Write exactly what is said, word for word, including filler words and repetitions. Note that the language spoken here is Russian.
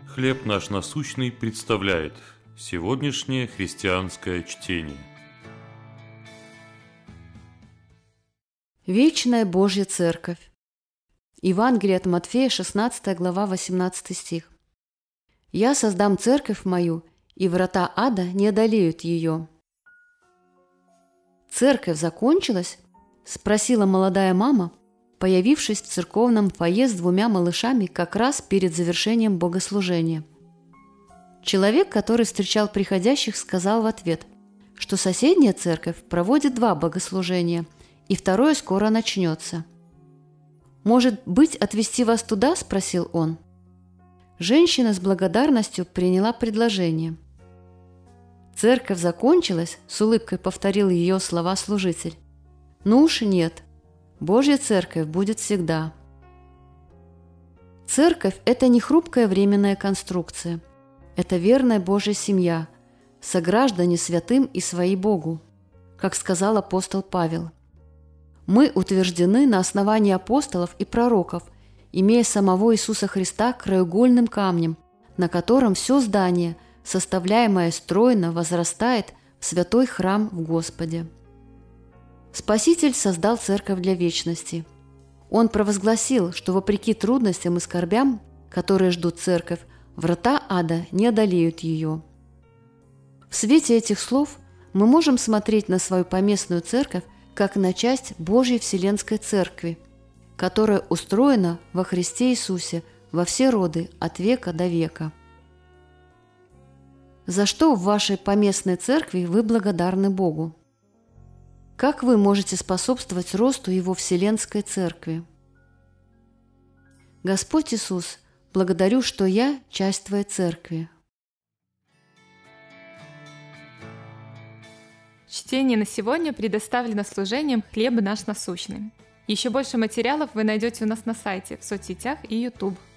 «Хлеб наш насущный» представляет сегодняшнее христианское чтение. Вечная Божья Церковь. Евангелие от Матфея, шестнадцатая глава, восемнадцатый стих. «Я создам церковь мою, и врата ада не одолеют ее». «Церковь закончилась?» – спросила молодая мама, появившись в церковном фойе с двумя малышами как раз перед завершением богослужения. Человек, который встречал приходящих, сказал в ответ, что соседняя церковь проводит два богослужения, и второе скоро начнется. «Может быть, отвезти вас туда?» – спросил он. Женщина с благодарностью приняла предложение. «Церковь закончилась?» – с улыбкой повторил ее слова служитель. «Ну уж нет. Божья церковь будет всегда». Церковь – это не хрупкая временная конструкция. Это верная Божья семья, сограждане святым и свои Богу, как сказал апостол Павел. Мы утверждены на основании апостолов и пророков, имея самого Иисуса Христа краеугольным камнем, на котором все здание, составляемое стройно, возрастает в святой храм в Господе. Спаситель создал церковь для вечности. Он провозгласил, что вопреки трудностям и скорбям, которые ждут церковь, врата ада не одолеют ее. В свете этих слов мы можем смотреть на свою поместную церковь как на часть Божьей Вселенской Церкви, которая устроена во Христе Иисусе во все роды от века до века. За что в вашей поместной церкви вы благодарны Богу? Как вы можете способствовать росту Его Вселенской Церкви? Господь Иисус, благодарю, что я часть Твоей Церкви. Чтение на сегодня предоставлено служением «Хлеб наш насущный». Еще больше материалов вы найдете у нас на сайте, в соцсетях и YouTube.